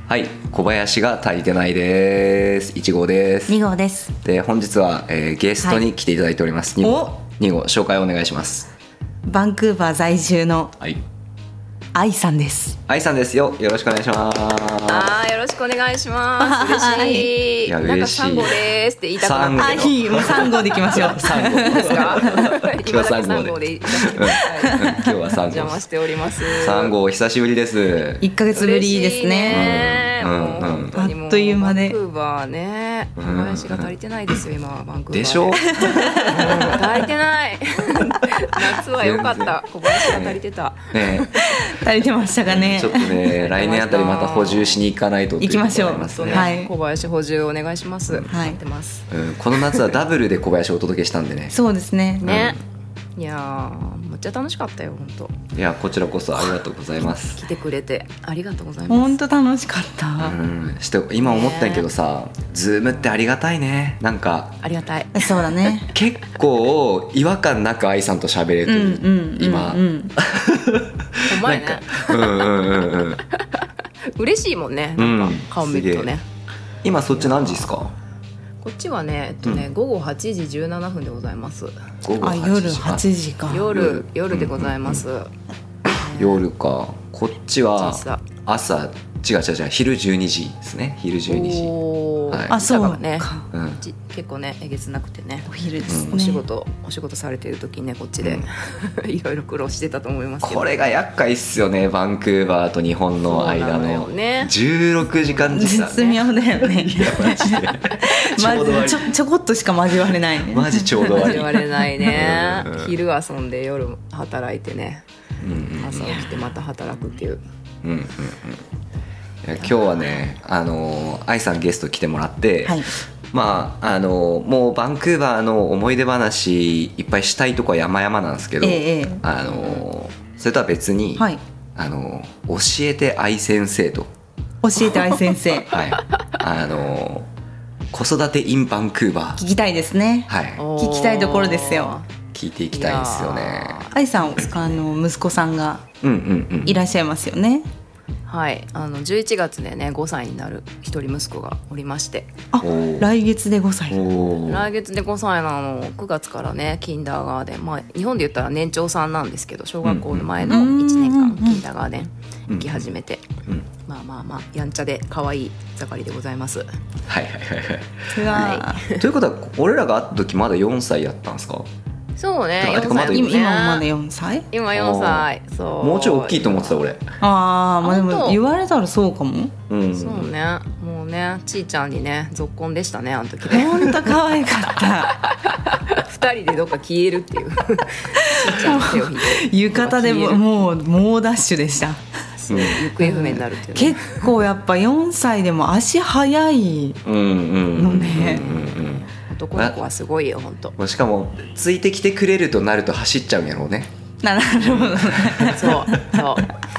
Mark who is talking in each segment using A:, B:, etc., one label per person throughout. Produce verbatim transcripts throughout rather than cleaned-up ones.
A: はい、小林が足りてないです。いち号です。
B: に号です。
A: で、本日は、えー、ゲストに来ていただいております。はい、に号、に号紹介をお願いします。
B: バンクーバー在住の愛さんです。
A: 愛さんですよ。よろしくお願いします。
C: あー、よろししくお願いします。嬉しい。
A: いや
C: なんかさん号ですって言いたくなったけど。
B: あ、いい、もうさん号でいきましょう。
A: さん号ですか。今日はさん号で。今日はさん号。
C: お邪魔しております。
A: さん号久しぶりです。
B: いっかげつぶりですね。
A: うんうんうん、
B: あっという間で。
C: バンクーバーね、小林が足りてないですよ今はバンクーバーで。
A: でしょ。うん、
C: 足りてない。夏は良かった。小林が足りてた。ね、
B: 足りてましたかね。
A: ちょっとね、来年あたりまた補充しに行かないと。
B: 行きましょう。
C: はい。小林補充お願いします。はい。ます。
A: うん、この夏はダブルで小林をお届けしたんでね。
B: そうですね。
C: ね。いやめっちゃ楽しかったよ本当。
A: いやこちらこそありがとうございます。
C: 来てくれてありがとうございます。
B: 本当楽しかった。
A: うん。して今思ったんやけどさ、ズームってありがたいね。なんか
C: ありがたい。
B: そうだね。
A: 結構違和感なく愛さんと喋れてる、うんうんうんうん、今。
C: お前ね。
A: うんうんうんうん。
C: 嬉しいもんね。なんか顔見るとね。
A: 今そっち何時ですか？
C: こっちはね、えっとね、うん、午後はちじじゅうななふんでございます。
B: あ、夜はちじか。
C: 夜、夜でございます。うんうんうん、
A: 夜か。こっちは朝、違う違う違う、昼じゅうにじですね。昼じゅうにじ。
B: はい、あ、そう
C: ね、
A: うん、
C: 結構ね、えげつなくてね。
B: お昼ですね。
C: お仕事、お仕事されてる時ね、こっちで、うん、いろいろ苦労してたと思いますけど。
A: これが厄介っすよね、バンクーバーと日本の間のじゅうろくじかん時差、ね。
B: 絶妙だよね。いやマジで。まずちょちょこっとしか交われないね。
A: マジちょうど
C: 交われないね。昼遊んで夜働いてね、うんうん、朝起きてまた働くっていう。
A: うんうんうん、いや今日はね、あの愛さんゲスト来てもらって、はい、まああのもうバンクーバーの思い出話いっぱいしたいとこは山々なんですけど、ええ、あのそれとは別に、はい、あの教えて愛先生と
B: 教えて愛先生、
A: はい、あの子育て in バンクーバー
B: 聞きたいですね、はい、聞きたいところですよ。
A: 聞いていきたいですよね。
B: 愛さん、あの息子さんがいらっしゃいますよね。うんうんうん、
C: はい、あのじゅういちがつでねごさいになる一人息子がおりまして。
B: あ、来月でごさい。
C: 来月でごさいなの。くがつからねキンダーガーデン、まあ、日本で言ったら年長さんなんですけど、小学校の前のいちねんかんキンダーガーデン行き始めて、うんうん、まあまあまあやんちゃで可愛い盛りでございます。
A: はいはいはいはい。ということは俺らが会った時まだよんさいやったんですか？
C: そうね、よんさい、
B: 今まだよんさい？
C: 今よんさい。そう、
A: もうちょい大きいと思ってた俺。
B: ああ、まあでも言われたらそうかも、
C: うん、そうね。もうね、ちーちゃんにねぞっこんでしたね、あの時ね。
B: ほんと可愛かった
C: ふたりでどっか消えるっていうちーちゃんの手を引いて
B: 浴衣でももう猛ダッシュでした。
C: 行方不明になるっていう、
B: ね、結構やっぱよんさいでも足速いのね。
C: 男の子はすごいよ本当。
A: しかもついてきてくれるとなると走っちゃうんやろうね。
B: なるほどね。
C: そうそう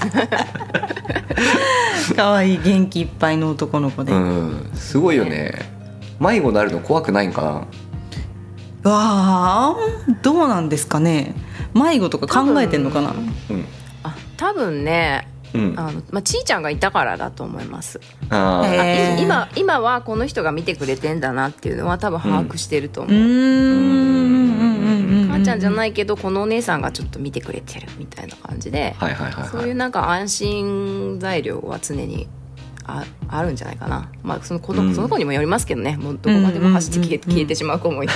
B: 可愛い元気いっぱいの男の子で、
A: うん、すごいよね。迷子になるの怖くないんかな。
B: わあ、どうなんですかね。迷子とか考えてんのかな。
C: うん、あ、多分ね、うん、あのまあ、ちーちゃんがいたからだと思います。あ今, 今はこの人が見てくれてんだなっていうのは多分把握してると思う。母ちゃんじゃないけどこのお姉さんがちょっと見てくれてるみたいな感じで、はいはいはいはい、そういうなんか安心材料は常に あ, あるんじゃないかな。まあその子の、うん、その子にもよりますけどね。もうどこまでも走って消 え,、うんうんうん、消えてしまう子もいて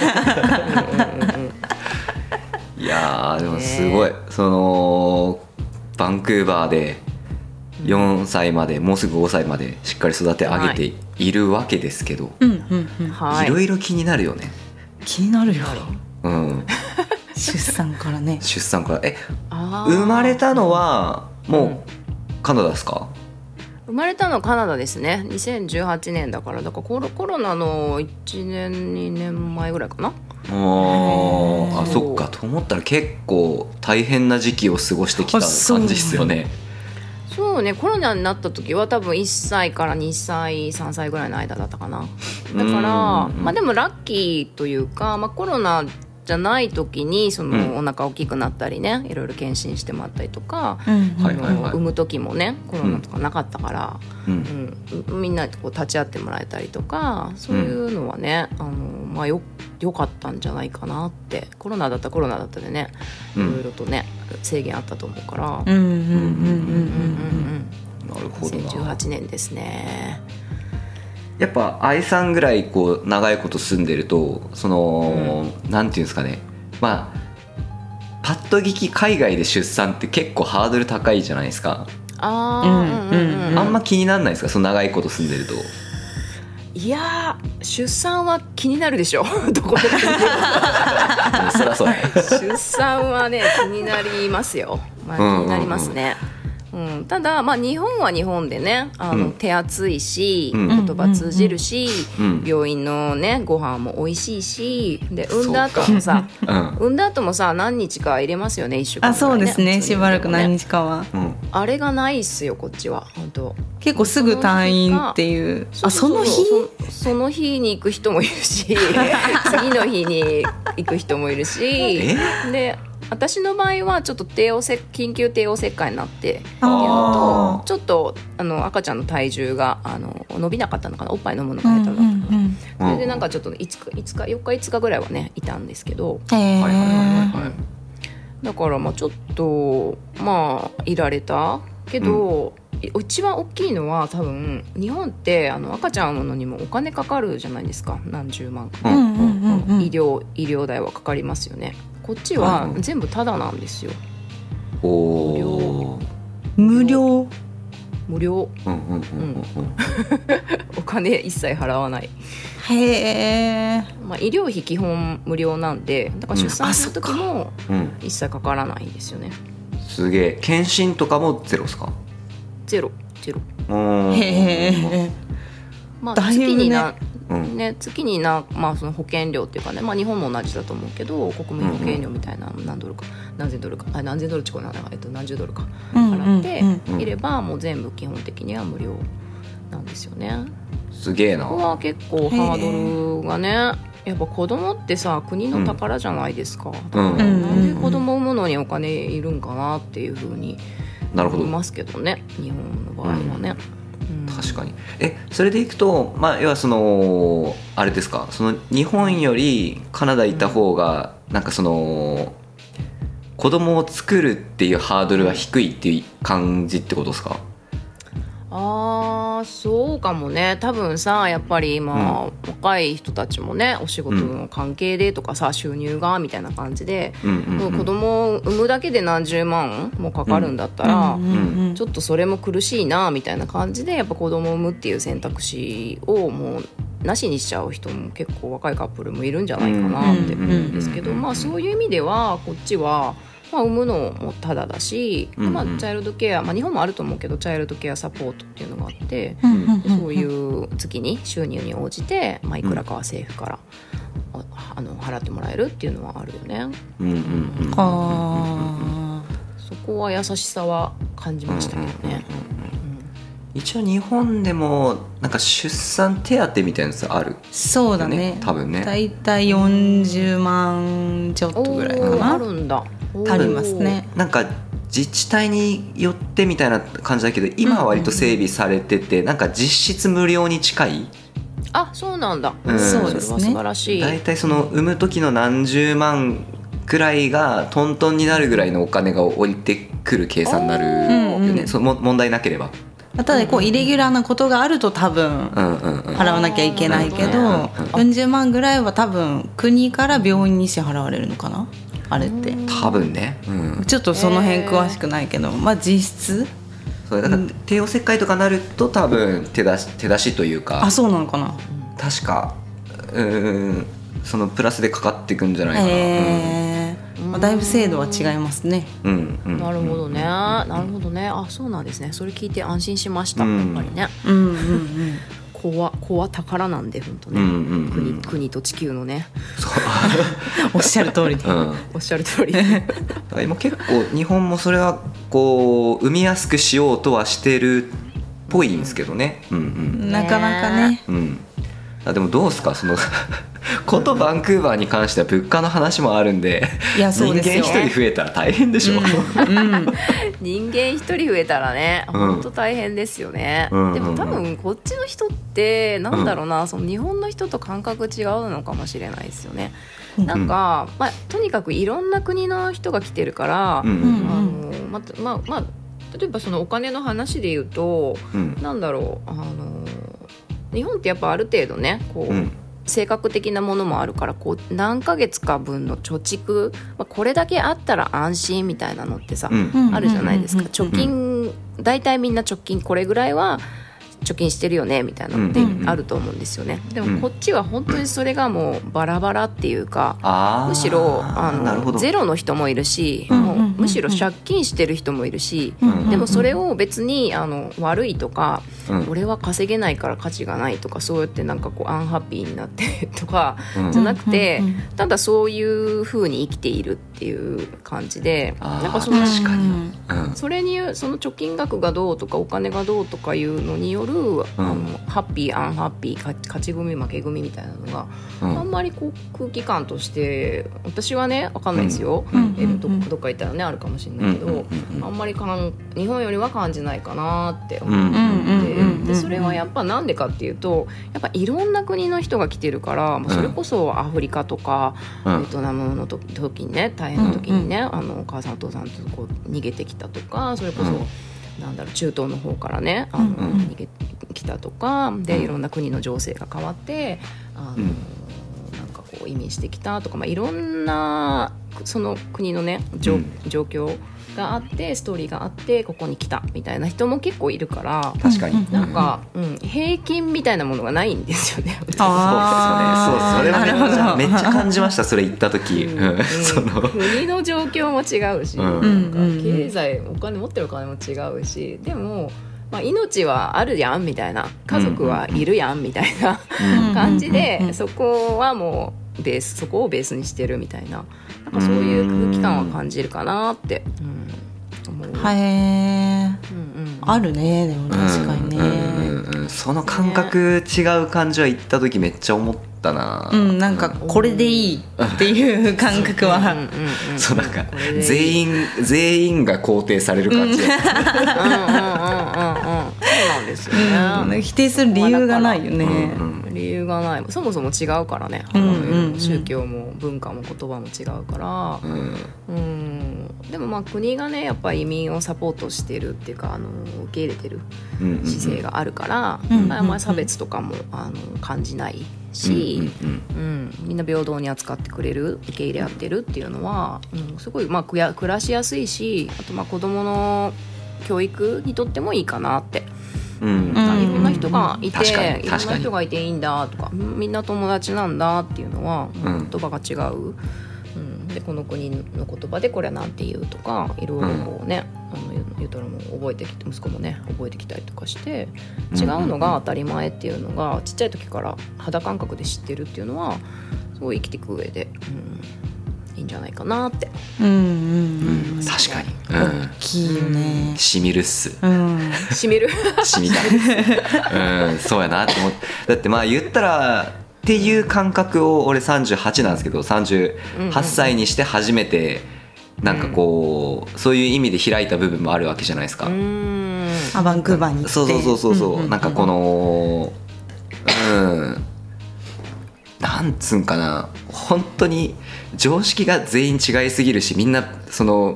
A: いやでもすごい、ね、そのバンクーバーでよんさいまで、もうすぐごさいまでしっかり育て上げているわけですけど、はいろいろ気になるよね。
B: 気になるよ、
A: うん、
B: 出産からね。
A: 出産からえ生まれたのはもうカナダですか？
C: 生まれたのはカナダですね。にせんじゅうはちねんだからだからコロ、コロナのいちねんにねんまえぐらいかな。
A: ああ、そっかと思ったら結構大変な時期を過ごしてきた感じですよね。
C: そうね、コロナになった時は多分いっさいからにさいさんさいぐらいの間だったかな。だからまあでもラッキーというか、まあ、コロナじゃない時にそのお腹大きくなったりね、いろいろ検診してもらったりとか、
B: うん、
C: あの産む時もねコロナとかなかったから、うんうん、みんなでこう立ち会ってもらえたりとか、そういうのはね、あの、まあ、よ良かったんじゃないかなって。コロナだったらコロナだったでね、いろいろとね制限あったと思うから。
A: なるほどな。
C: にせんじゅうはちねんですね。
A: やっぱ愛さんぐらいこう長いこと住んでると、その、うん、なんていうんですかね、まあパッと聞き海外で出産って結構ハードル高いじゃないですか。
C: あ、うんうんうん、
A: あんま気にならないですか、その長いこと住んでると。
C: いや出産は気になるでしょどこで
A: そりゃそうや
C: 出産はね気になりますよ、まあ、気になりますね、うんうんうんうん、ただ、まあ、日本は日本でねあの、うん、手厚いし、うん、言葉通じるし、うん、病院のねご飯も美味しいし、で産んだ後もさ、うん、産んだ後もさ何日か入れますよね、いっしゅうかんぐらいね。
B: あ、そうですね、しばらく何日かは、
C: うん、あれがないっすよこっちは。本当
B: 結構すぐ退院っていう。あ、その日
C: そ, その日に行く人もいるし次の日に行く人もいるしで私の場合はちょっと帝王切緊急帝王切開になってっていうのと、ちょっとあの赤ちゃんの体重があの伸びなかったのかな、おっぱい飲むのが下手だったから、うんうんうん、それでなんかちょっといつかいつかよっかいつかぐらいはねいたんですけど、
B: へー、はいはいはい
C: はい、だからまあちょっとまあいられたけど、うん、一番大きいのは多分日本ってあの赤ちゃんを産むのにもお金かかるじゃないですか、何十万か、ね、うんうんうんうん、医療、医療代はかかりますよね。こっちは全部タダなんですよ。
A: お
B: 無料
C: 無料、うんうんうんうん、お金一切払わない。
B: へー、
C: まあ、医療費基本無料なんで、だから出産する時も一切かからないんですよね、
A: うん、すげえ。検診とかもゼロですか？
C: ゼロゼロ。
B: へー、
C: まあ、月になうんね、月にな、まあ、その保険料っていうかね、まあ、日本も同じだと思うけど国民保険料みたいな何ドルか何千ドルかあ何千ドルちこな、えっと、何十ドルか払っていればもう全部基本的には無料なんですよね。
A: すげえな。
C: ここは結構ハードルがね、やっぱ子供ってさ国の宝じゃないですか、うん、なんで子供産むのにお金いるんかなっていうふうに思いますけどね、日本の場合はね、うん、
A: 確かに。えそれでいくと、まあ、要はそのあれですか、その日本よりカナダ行った方が、うん、なんかその子供を作るっていうハードルが低いっていう感じってことですか？
C: あーそうかもね。多分さやっぱり今、うん、若い人たちもねお仕事の関係でとかさ、うん、収入がみたいな感じで、うんうんうん、子供を産むだけで何十万もかかるんだったら、うんうんうん、ちょっとそれも苦しいなみたいな感じでやっぱ子供を産むっていう選択肢をもうなしにしちゃう人も結構若いカップルもいるんじゃないかなって思うんですけど、まあそういう意味ではこっちはまあ、産むのもタダだし、うんうんまあ、チャイルドケア、まあ、日本もあると思うけどチャイルドケアサポートっていうのがあって、うんうんうんうん、そういう月に収入に応じて、まあ、いくらかは政府から、うん、あの払ってもらえるっていうのはあるよね、うんうんうん、あそこは優しさは感じましたけどね、うんうんうんうん、
A: 一応日本でもなんか出産手当みたいなやつある、ね、
B: そうだね
A: 多分ね、
B: だいたいよんじゅうまんちょっとぐらいかな、
C: あるんだ、
B: ありますね。
A: なんか自治体によってみたいな感じだけど今は割と整備されてて、うんうんうん、なんか実質無料に近い。
C: あ、そうなんだ、
B: うん、そうですね。
C: それは素晴らしい。
A: だいたいその産む時の何十万くらいがトントンになるぐらいのお金が降りてくる計算になるよね、うんうん、その問題なければ。
B: ただこうイレギュラーなことがあると多分払わなきゃいけないけど、よんじゅうまんぐらいは多分国から病院に支払われるのかなあれって
A: 多分ね、うん、
B: ちょっとその辺詳しくないけど、まあ実質
A: それだから帝王切開とかなると多分手出し、手出しというか、
B: あ、そうなのかな、
A: 確かうーんそのプラスでかかっていくんじゃないかな、
B: へー、うんまあ、だいぶ制度は違いますね、
A: うんうん、
C: なるほどね、なるほどね、あ、そうなんですね。それ聞いて安心しました、うん、やっぱりね、うんうんうん、子は子は宝なんで本当ね、うんうんうん、国, 国と地球のね
B: おっしゃる通り、
C: うん、おっしゃる通り
A: 今結構日本もそれはこう産みやすくしようとはしてるっぽいんですけどね、うんうん、
B: なかなかね、
A: うん、あでもどうですかそのことバンクーバーに関しては物価の話もあるんで、いやそうですよ、人間一人増えたら大変でしょ、うんうん、
C: 人間一人増えたらね本当大変ですよね、うん、でも多分こっちの人ってなんだろうな、うん、その日本の人と感覚違うのかもしれないですよね。なんか、まあ、とにかくいろんな国の人が来てるから、うんうんあのままあまあ、例えばそのお金の話で言うと、うん、なんだろうあの日本ってやっぱある程度ねこう、うん、性格的なものもあるからこう何ヶ月か分の貯蓄、まあ、これだけあったら安心みたいなのってさ、うん、あるじゃないですか。貯金大体みんな貯金これぐらいは貯金してるよねみたいなのってあると思うんですよね、うんうん、でもこっちは本当にそれがもうバラバラっていうか、うん、むしろあのゼロの人もいるし、うん、もうむしろ借金してる人もいるし、うん、でもそれを別にあの悪いとか、うん、俺は稼げないから価値がないとかそうやってなんかこうアンハッピーになってとかじゃなくて、うん、ただそういう風に生きているっていう感じで、なんかその
A: 確かに、
C: うん、それにその貯金額がどうとかお金がどうとかいうのによるあのハッピーアンハッピー勝ち組負け組みたいなのが、うん、あんまりこう空気感として私はね分かんないですよ、うんえー、ど, どっか行ったらねあるかもしれないけど、うん、あんまりかん日本よりは感じないかなって思って、うん、でそれはやっぱなんでかっていうとやっぱいろんな国の人が来てるから、うん、それこそアフリカとか、うん、ベトナムの時にね大変な時にね、うん、あのお母さんお父さんとこう逃げてきたとかそれこそ、うんなんだろう中東の方からねあの、うんうん、逃げてきたとかでいろんな国の情勢が変わってあの、うん、なんかこう移民してきたとか、まあ、いろんなその国のね、状、うん、状況があってストーリーがあってここに来たみたいな人も結構いるから
A: 確かに
C: なんか、うんうん、平均みたいなものがないんですよね。
A: あそうそれはめっちゃめっちゃ感じましたそれ言った時、うんうん、その
C: 国の状況も違うし、うん、なんか経済お金持ってるお金も違うしでもまあ、命はあるやんみたいな家族はいるやんみたいな感じでそこはもうベースそこをベースにしてるみたいな、なんかそういう空気感は感じるかなって、うん、思う。
B: へえ、うんうん、あるねでも確かにね、うんうん
A: うん、その感覚違う感じは言った時めっちゃ思ったな、
B: うん、なんかこれでいいっていう感覚はうんうん、
A: うん、そうなんか全員全員が肯定される感じだったうんうんうんうんうんそう
C: なんですよね、
B: うん、否定する理由がないよね、うん
C: うん、理由がないそもそも違うからね、うんうんうん、宗教も文化も言葉も違うから、うんうん、でもまあ国がねやっぱり移民をサポートしてるっていうかあの受け入れてる姿勢があるから、うんうんうん、あんまり差別とかもあの感じないし、うんうんうん、みんな平等に扱ってくれる受け入れ合ってるっていうのは、うん、すごい、まあ、暮らしやすいしあとまあ子どもの教育にとってもいいかなって、うん、いろんな人がいて、うん、いろんな人がいていいんだとかみんな友達なんだっていうのは、うん、言葉が違う、うん、でこの国の言葉でこれはなんて言うとかいろいろこうね、うん、あの言うたらもう覚えてきて息子もね覚えてきたりとかして違うのが当たり前っていうのがちっちゃい時から肌感覚で知ってるっていうのはすごい生きていく上で、うん、いいんじゃないかなって、
B: うんうんうん、
A: 確かに、
B: うん、大きいよね、
A: しみるっす、
C: うん、しみる
A: しみたい、うん、そうやなって思って。だってまあ言ったらっていう感覚を俺さんじゅうはちなんですけどさんじゅうはっさいにして初めてなんかこう、うん、そういう意味で開いた部分もあるわけじゃないですか。うー
B: んあバンクーバーに行って
A: そうそうそうそうそう、うんうんうん、なんかこのうんなんつうんかな本当に常識が全員違いすぎるしみんなその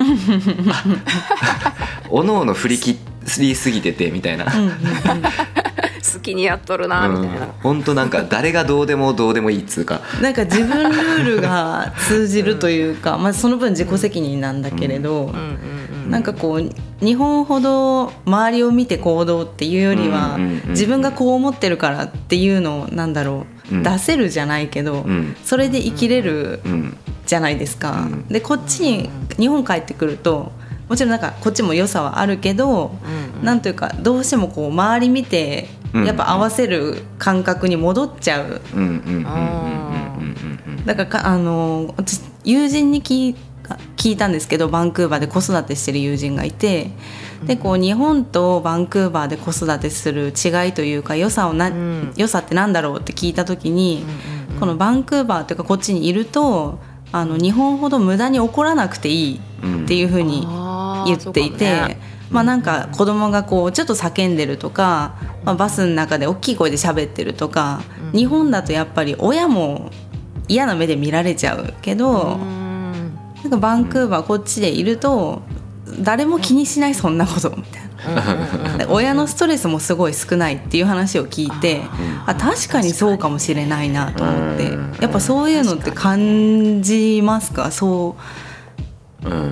A: おのおの振り切りすぎててみたいなうん、うん
C: 好きにやっとるなみたいな、うん、
A: 本当なんか誰がどうでもどうでもいいっつうか
B: なんか自分ルールが通じるというか、うんまあ、その分自己責任なんだけれど、うん、なんかこう日本ほど周りを見て行動っていうよりは、うんうんうん、自分がこう思ってるからっていうのをなんだろう、うん、出せるじゃないけど、うん、それで生きれるじゃないですか、うん、でこっちに日本帰ってくるともちろんなんかこっちも良さはあるけど、うんうん、なんというかどうしてもこう周り見てやっぱ合わせる感覚に戻っちゃう。だからかあの私友人に聞い、聞いたんですけどバンクーバーで子育てしてる友人がいてでこう日本とバンクーバーで子育てする違いというか良さをな、うん、良さってなんだろうって聞いた時に、うんうん、 このバンクーバーというかこっちにいるとあの日本ほど無駄に怒らなくていいっていうふうに言っていて、うんまあ、なんか子供がこうちょっと叫んでるとか、まあ、バスの中で大きい声で喋ってるとか、うん、日本だとやっぱり親も嫌な目で見られちゃうけど、うん、なんかバンクーバーこっちでいると誰も気にしないそんなことみたいな親のストレスもすごい少ないっていう話を聞いてあ確かにそうかもしれないなと思ってやっぱそういうのって感じますかそううんうん、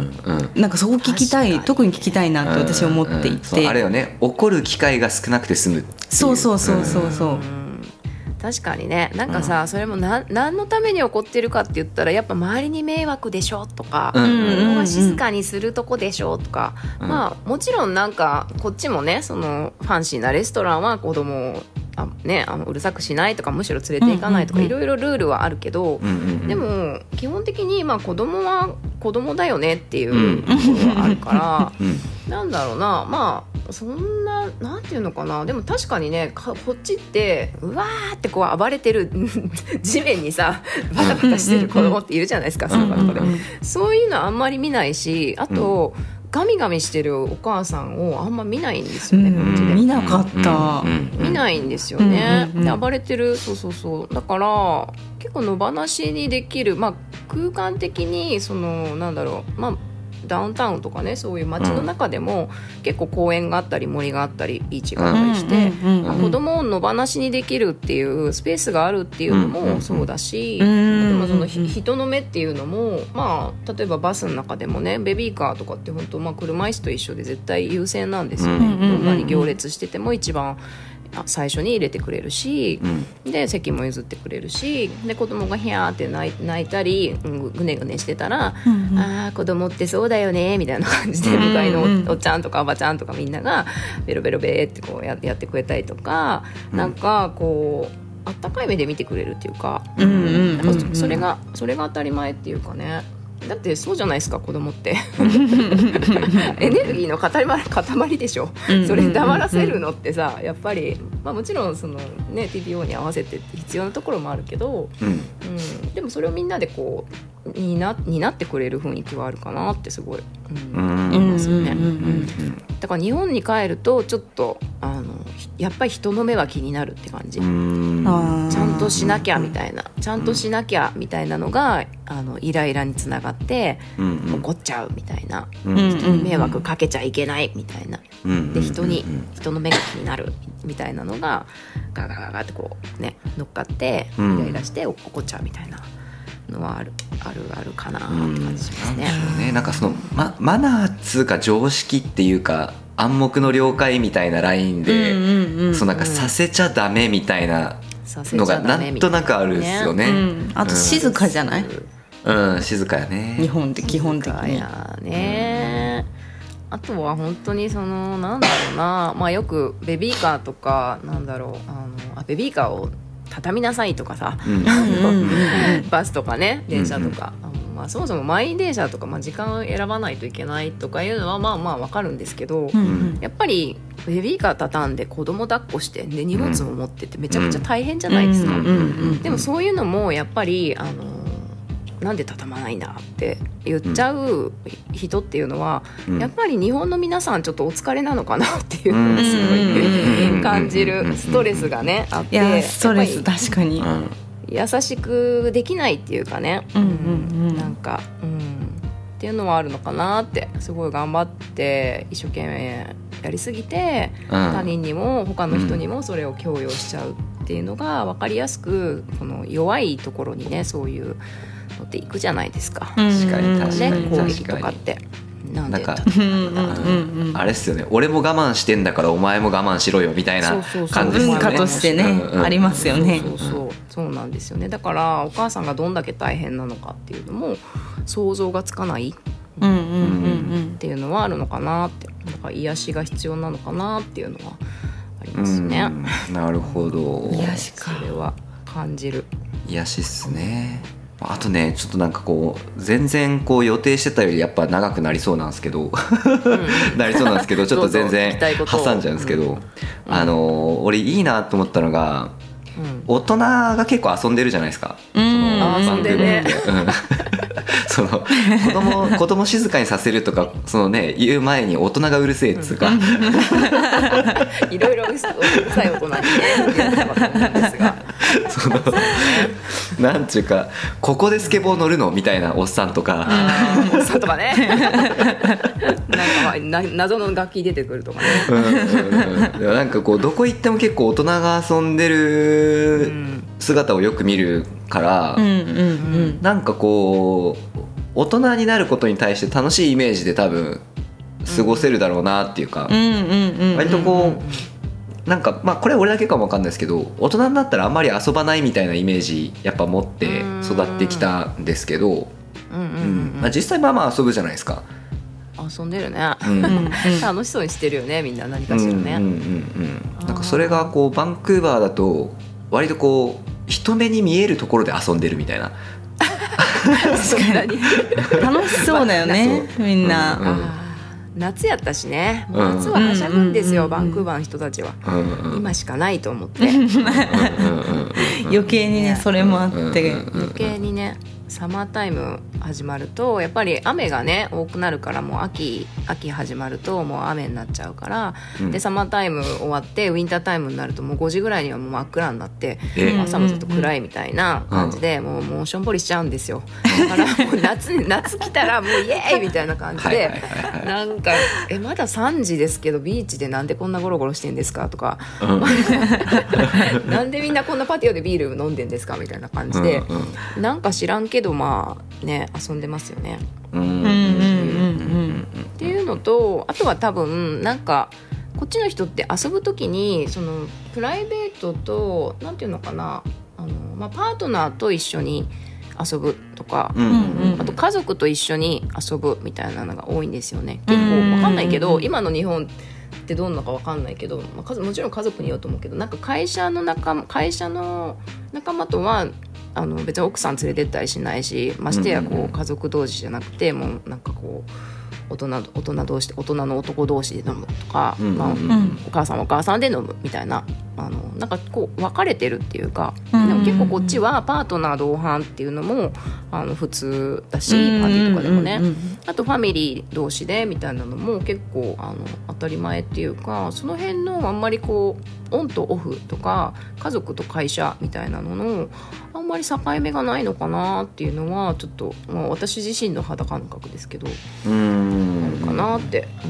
B: なんかそこ聞きたい特に聞きたいなって私は思っていて、
A: うんうん、あれよね怒る機会が少なくて済むっていう
B: そうそうそうそうそう、うん
C: 確かにねなんかさ、うん、それもな何のために怒ってるかって言ったらやっぱ周りに迷惑でしょとか、うんうんうん、静かにするとこでしょとか、うん、まあもちろんなんかこっちもねそのファンシーなレストランは子供をあね、あのうるさくしないとかむしろ連れて行かないとかいろいろルールはあるけど、うんうんうん、でも基本的にまあ子供は子供だよねっていうところはあるから、うん、なんだろうなまあそんななんていうのかなでも確かにねこっちってうわーってこう暴れてる地面にさバタバタしてる子供っているじゃないですか、うんうんうん、そのとこでそういうのあんまり見ないしあと、うんガミガミしてるお母さんをあんま見ないんですよね、
B: うん、こっちで見なかった、
C: うん、見ないんですよね、うんうんうん、で暴れてるそうそうそうだから結構野放しにできる、まあ、空間的にそのなんだろうまあダウンタウンとかねそういう街の中でも結構公園があったり森があったりビーチがあったりして、うんうんうん、子供を野放しにできるっていうスペースがあるっていうのもそうだし、うんうんうん、でもその人の目っていうのも、まあ、例えばバスの中でもねベビーカーとかって本当、まあ、車椅子と一緒で絶対優先なんですよね、うんうんうんうん、どんなに行列してても一番最初に入れてくれるし、うん、で席も譲ってくれるしで子供がヒャーって泣 い, 泣いたりぐねぐねしてたら、うんうん、あー子供ってそうだよねみたいな感じで向かいの お,、うんうん、おっちゃんとかおばちゃんとかみんながベロベロベーってこう や, やってくれたりとか、うん、なんかこうあったかい目で見てくれるっていうか、うんうんうんうん、それがそれが当たり前っていうかねだってそうじゃないですか子供ってエネルギーの塊, 塊でしょそれ黙らせるのってさやっぱり、まあ、もちろんその、ね、ティーピーオー に合わせて必要なところもあるけど、うんうん、でもそれをみんなでこう担ってくれる雰囲気はあるかなってすごい、うん、思いますよね、うんうんうん、だから日本に帰るとちょっとあのやっぱり人の目は気になるって感じうんちゃんとしなきゃみたいなちゃんとしなきゃみたいなのがあのイライラにつながって怒っちゃうみたいな、うん、人に迷惑かけちゃいけないみたいな、うん、で人に人の目が気になるみたいなのがガガガガってこうね乗っかってイライラして怒っちゃうみたいなのはあるあるあるかなって感じしますね。
A: うん、ねなんかその、ま、マナーっつうか常識っていうか暗黙の了解みたいなラインで、うんうんうん、そうなんかさせちゃダメみたいなのがなんとなくあるんですよね。
B: うん、あと静かじゃない？
A: うん静かやね。
B: 日本って基本的に。
C: やね、うん、あとは本当にそのなんだろうな、まあよくベビーカーとかなんだろうあのあベビーカーを畳みなさいとかさ、うん、バスとかね電車とか。うんうんまあ、そもそも満員電車とか、まあ、時間を選ばないといけないとかいうのはまあまあ分かるんですけど、うんうん、やっぱりベビーカー畳んで子供抱っこしてで荷物も持ってってめちゃくちゃ大変じゃないですか、うんうんうんうん、でもそういうのもやっぱりあのなんで畳まないんだって言っちゃう人っていうのは、うん、やっぱり日本の皆さんちょっとお疲れなのかなっていうのをすごい感じるストレスがねあって、
B: いやストレス確かに、うん
C: 優しくできないっていうかね、うんうんうん、なんか、うん、っていうのはあるのかなってすごい頑張って一生懸命やりすぎて、うん、他人にも他の人にもそれを強要しちゃうっていうのが分かりやすくこの弱いところにねそういうのっていくじゃないですか。
A: 確かに確かに、
C: ね、攻撃とかってなんで
A: なんかあれですよね俺も我慢してんだからお前も我慢しろよみたいな感じですよね。
B: 文化としてね、うんうん、ありますよね。
C: そうそうそうそうなんですよね。だからお母さんがどんだけ大変なのかっていうのも想像がつかないっていうのはあるのかなって、だから癒しが必要なのかなっていうのはありますね。
A: なるほど。
B: 癒しか。
C: それは感じる。
A: 癒しっすね。あとねちょっとなんかこう全然こう予定してたよりやっぱ長くなりそうなんですけど、うん、なりそうなんですけどちょっと全然挟んじゃうんですけど、うん、あの俺いいなと思ったのが、うん、 大人が結構遊んでるじゃないですか、
B: うん、
A: その
C: 遊んでね、
A: うん、その子供子供静かにさせるとかその、ね、言う前に大人がうるせえっつうか、うん、
C: いろいろうるさい大人にね言ってたと思うんですが
A: そのなんちゅうかここでスケボー乗るのみたいなおっさんとか
C: おっさんとかねなんか、まあ、な謎の楽器出てくるとかね、うん
A: うんうん、なんかこうどこ行っても結構大人が遊んでる姿をよく見るから、うんうんうん、なんかこう大人になることに対して楽しいイメージで多分過ごせるだろうなっていうか、割とこうなんかまあこれは俺だけかも分かんないですけど大人になったらあんまり遊ばないみたいなイメージやっぱ持って育ってきたんですけど、実際まあまあ遊ぶじゃないですか。
C: 遊んでるね、うん、楽しそうにしてるよねみんな何かしらね、うんうんうん
A: うん、なんかそれがこうバンクーバーだと割とこう人目に見えるところで遊んでるみたいな
C: 確かに
B: 楽しそうだよね、まあ、みんな、うんうん、
C: 夏やったしねもう夏ははしゃぐんですよ、うん、バンクーバーの人たちは、うんうん、今しかないと思って
B: 余計にねそれもあって、
C: うん、余計にねサマータイム始まるとやっぱり雨がね多くなるからもう秋秋始まるともう雨になっちゃうから、うん、でサマータイム終わってウィンタータイムになるともうごじぐらいにはもう真っ暗になって、朝もずっと暗いみたいな感じで、うん、もう、もうしょんぼりしちゃうんですよ。だからもう 夏, 夏来たらもうイエーイみたいな感じでなんかえまださんじですけどビーチでなんでこんなゴロゴロしてんですかとか、うん、なんでみんなこんなパティオでビール飲んでんですかみたいな感じで、うんうん、なんか知らんけどまあね遊んでますよね。っていうのとあとは多分なんかこっちの人って遊ぶときにそのプライベートとなんていうのかなあの、まあ、パートナーと一緒に遊ぶとか、うんうんうん、あと家族と一緒に遊ぶみたいなのが多いんですよね。結構分かんないけど、うんうんうん、今の日本ってどんなか分かんないけど、まあ、もちろん家族によると思うけどなんか会社の仲間会社の仲間とはあの別に奥さん連れてったりしないし、ましてやこう家族同士じゃなくてもうなんかこう大人、大人同士で大人の男同士で飲むとか、うんうんまあ、お母さんはお母さんで飲むみたいなあのなんかこう分かれてるっていうか、でも結構こっちはパートナー同伴っていうのもあの普通だし、パーティーとかでもね、あとファミリー同士でみたいなのも結構あの当たり前っていうか、その辺のあんまりこうオンとオフとか家族と会社みたいなののあんまり境目がないのかなっていうのはちょっと、まあ、私自身の肌感覚ですけどうーんあるかなって、うん、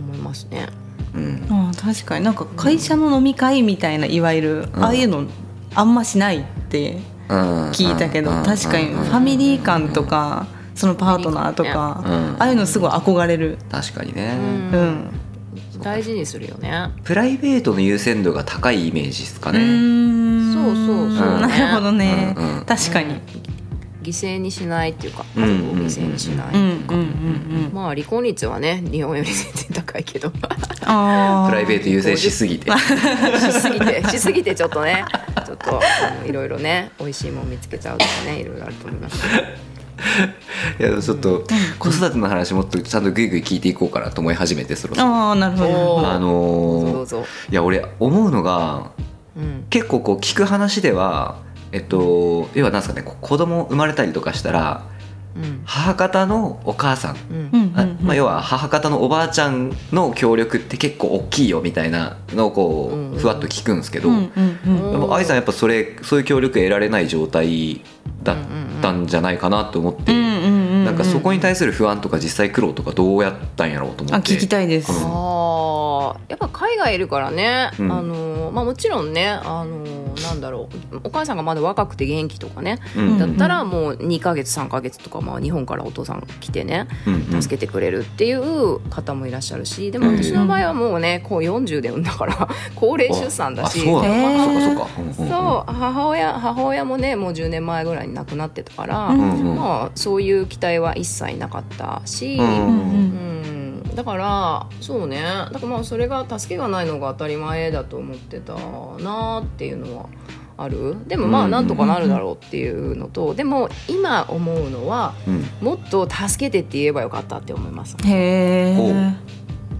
C: 思いますね。
B: うん、あ確かになんか会社の飲み会みたいな、いわゆる、うん、ああいうのあんましないって聞いたけど、うん、確かにファミリー感とか、うん、そのパートナーとか、うん、ああいうのすごい憧れる。
A: 確かにね、
C: うん、大事にするよね。
A: プライベートの優先度が高いイメージですかね。う
B: ーん
C: そうそうそう、
B: ね、なるほどね、うんうん、確かに、
C: 犠牲にしないっていうか家族を犠牲にしないとか、まあ離婚率はね日本より全然高いけど
B: あ
A: プライベート優先しすぎて
C: しすぎてしすぎてちょっとねちょっといろいろね美味しいもの見つけちゃうとかねいろいろあると思います
A: いやちょっと子育ての話もっとちゃんとグイグイ聞いていこうかなと思い始めて、そろそろ
B: ああなるほど、
A: あのー、どうぞ。いや俺思うのが、うん、結構こう聞く話ではえっと、要はなんですかね、子供生まれたりとかしたら、うん、母方のお母さん、うんあまあ、要は母方のおばあちゃんの協力って結構大きいよみたいなのをこう、うんうん、ふわっと聞くんですけど、うんうんうん、でも愛さんやっぱそれそういう協力得られない状態だったんじゃないかなと思って、うんうんうん、なんかそこに対する不安とか実際苦労とかどうやったんやろうと思って。
B: あ聞きたいです、うん、
C: あやっぱ海外いるからね、うんあのまあ、もちろんねあのなんだろうお母さんがまだ若くて元気とかね、うん、だったらもうにかげつさんかげつとか、まあ、日本からお父さん来てね、うん、助けてくれるっていう方もいらっしゃるし、でも私の場合はもうねこうよんじゅうで産んだから高齢出産だし、
A: そう
C: 母親母親もねもうじゅうねんまえぐらいに亡くなってたから、うんまあ、そういう期待は一切なかったし、うんうんだからそうねだからまあそれが助けがないのが当たり前だと思ってたなっていうのはある。でもまあなんとかなるだろうっていうのと、でも今思うのは、うん、もっと助けてって言えばよかったって思います。
B: へー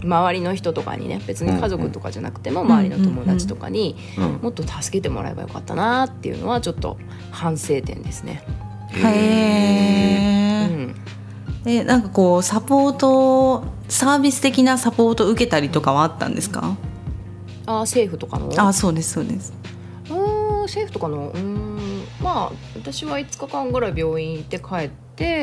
C: 周りの人とかにね、別に家族とかじゃなくても周りの友達とかにもっと助けてもらえばよかったなっていうのはちょっと反省点ですね。
B: へー、うん、でなんかこうサポートサービス的なサポートを受けたりとかはあったんですか？
C: あ、政府とかの？
B: あ、そうですそうです。
C: うーん、政府とかの、うーん、まあ私はいつかかんぐらい病院行って帰って、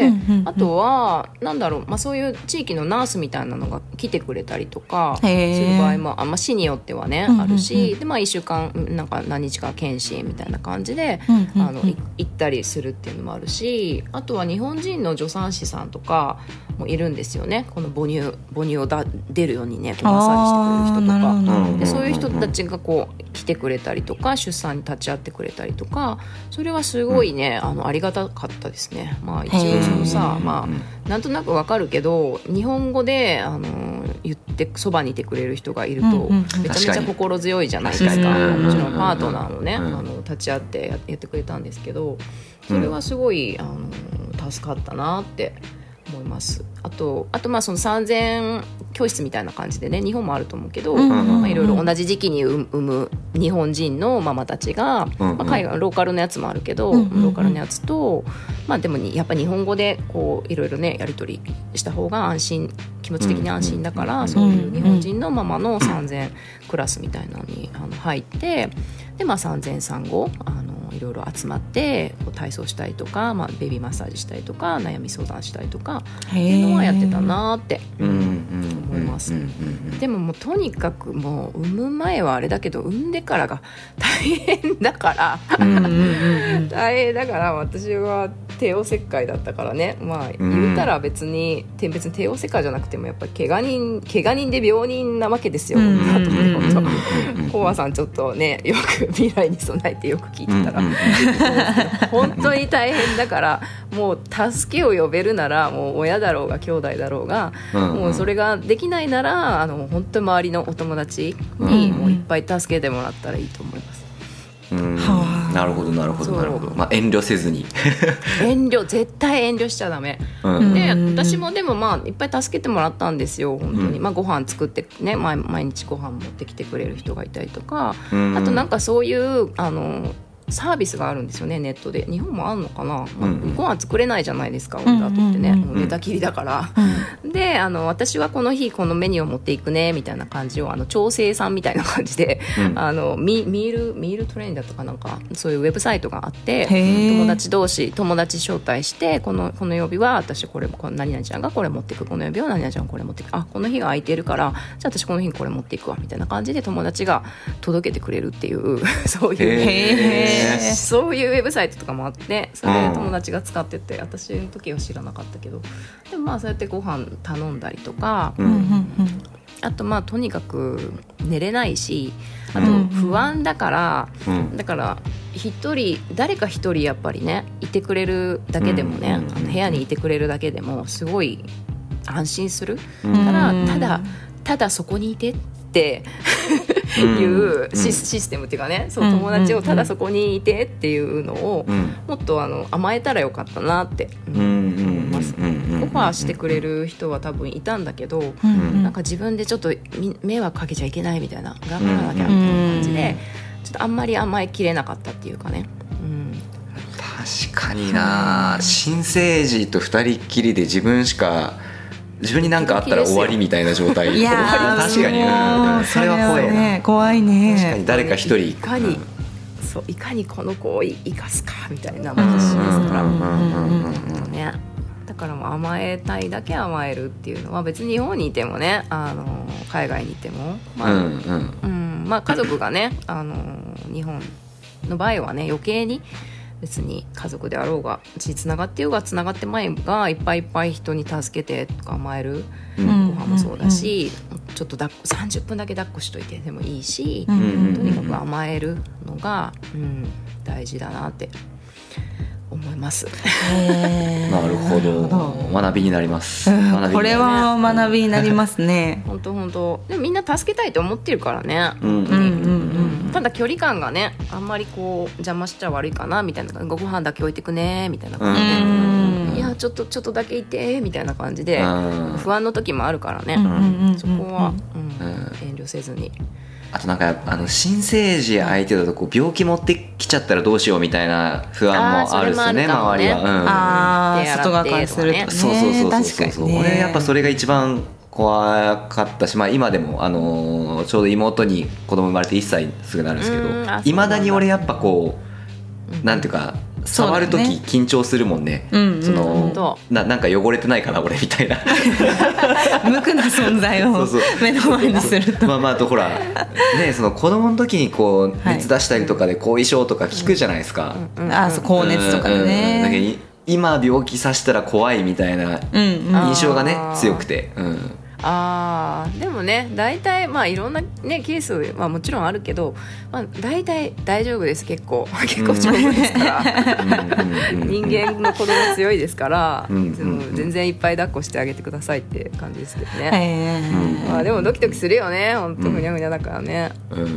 C: うんうんうん、あとはなんだろう、まあ、そういう地域のナースみたいなのが来てくれたりとかする場合も、あ、まあ、市によってはね、うんうんうん、あるし、で、まあ、いっしゅうかんなんか何日か検診みたいな感じで、うんうんうん、あの行ったりするっていうのもあるし、あとは日本人の助産師さんとかもいるんですよね。この母乳母乳をだ出るようにね、こうマッサージしてくれる人とかで、そういう人たちがこう来てくれたりとか、出産に立ち会ってくれたりとか、それはすごいね、うん、あのありがたかったですね。まあ一応そのさ、まあなんとなくわかるけど、日本語であの言ってそばにいてくれる人がいると、うんうん、めちゃめちゃ心強いじゃないですか。もちろんパートナーもね、うん、あの立ち会ってやってくれたんですけど、それはすごいあの助かったなって思います。あと、あとまあその産前教室みたいな感じでね、日本もあると思うけど、まあ、いろいろ同じ時期に産む日本人のママたちが、まあ、海外ローカルのやつもあるけど、ローカルのやつと、まあ、でもやっぱ日本語でこういろいろねやり取りした方が安心、気持ち的に安心だから、そういう日本人のママの産前クラスみたいなのにあの入って、で、まあ、産前産後あのいろいろ集まって体操したりとか、まあ、ベビーマッサージしたりとか、悩み相談したりとかっていうのはやってたなって思います。でももうとにかくもう産む前はあれだけど、産んでからが大変だから大変だから私は帝王切開だったからね、まあ言うたら別に、うん、別に帝王切開じゃなくてもやっぱり怪我人怪我人で病人なわけですよ。コアさんちょっとね、よく未来に備えてよく聞いてたら本当に大変だから、もう助けを呼べるならもう親だろうが兄弟だろうが、うんうん、もうそれができないならあの本当に周りのお友達にもういっぱい助けてもらったらいいと思います。
A: うん、なるほどなるほどなるほど、まあ、遠慮せずに
C: 遠慮絶対遠慮しちゃダメ、うん、で私もでもまあいっぱい助けてもらったんですよ本当に、うん、まあ、ご飯作ってね、毎, 毎日ご飯持ってきてくれる人がいたりとか、うん、あとなんかそういうあのサービスがあるんですよね、ネットで。日本もあるのかな、まあ、ご飯作れないじゃないですか、俺だとってね、もう寝たきりだから、うん、であの私はこの日このメニューを持っていくねみたいな感じをあの調整さんみたいな感じで、うん、あの ミ, ミ, ールミールトレインだとかなんかそういうウェブサイトがあって、友達同士友達招待して、このこの曜日は私これこの何々ちゃんがこれ持っていく、この曜日は何々ちゃんがこれ持っていく、あこの日が空いてるからじゃあ私この日にこれ持っていくわみたいな感じで友達が届けてくれるっていうそういうへそういうウェブサイトとかもあって、それで友達が使ってて、私の時は知らなかったけど、でもまあそうやってご飯頼んだりとか、うん、あとまあとにかく寝れないし、あと不安だから、うん、だから一人誰か一人やっぱりねいてくれるだけでもね、うん、あの部屋にいてくれるだけでもすごい安心する、うん、から、ただただそこにいてっていうシステムっていうかね、そう友達をただそこにいてっていうのをもっとあの甘えたらよかったなって思います。オファーしてくれる人は多分いたんだけど、なんか自分でちょっと迷惑かけちゃいけないみたいな、頑張らなきゃみたいな感じでちょっとあんまり甘えきれなかったっていうかね、うん、
A: 確かにな、新生児と二人っきりで自分しか自分に何かあったら終わりみたいな状態。いや確かに、うん、それは怖いな、
B: 怖いね。
A: 確かに誰か一人
C: いかに、うん、そういかにこの子を生かすかみたいな話ですからね。だからもう甘えたいだけ甘えるっていうのは別に日本にいてもね、あの海外にいても、まあうんうんうん、まあ家族がね、あの日本の場合はね余計に別に家族であろうが血つながってようがつながってまいがいっぱいいっぱい人に助けてとか甘える、うん、ご飯もそうだし、うんうん、ちょっと抱っこさんじゅっぷんだけ抱っこしといてでもいいし、うんうんうん、とにかく甘えるのが、うん、大事だなって思います。
A: なるほど、学びになります、
B: うん、これは学びになりますね。
C: 本当本当でもみんな助けたいと思ってるからね、
A: うんうんうんうん
C: ただ距離感がねあんまりこう邪魔しちゃ悪いかなみたいな、ご飯だけ置いてくねみたいな感じで、うん、いやちょっとちょっとだけいてみたいな感じで不安の時もあるからね、うん、そこは、うんうん、遠慮せずに。
A: あとなんかあの新生児相手だとこう病気持ってきちゃったらどうしようみたいな不安もあるんですよね、周りは、うん、
B: ああ外側からするとね、
A: そうそうそうそうそう、俺やっぱそれが一番怖かったし、まあ、今でも、あのー、ちょうど妹に子供生まれていっさいすぐなるんですけど、いまだに俺やっぱこうなんていうか触るとき緊張するもんね、そのな, なんか汚れてないかな俺みたいな
B: 無垢な存在を目の前にすると
A: まあまあとほらね、その子供の時にこう熱出したりとかで後遺症とか聞くじゃないですか、
B: うんうん、あそう高熱とかでね、
A: うんうん、だけど今病気させたら怖いみたいな印象がね、うんうん、強くて、うん、
C: あーでもね大体まあいろんな、ね、ケースはもちろんあるけど、まあ、大体大丈夫です。結構結構丈夫ですから人間の子供強いですから、うん、全然いっぱい抱っこしてあげてくださいって感じですけどね、まあ、でもドキドキするよねほんとふにゃふにゃだからね、うんうん、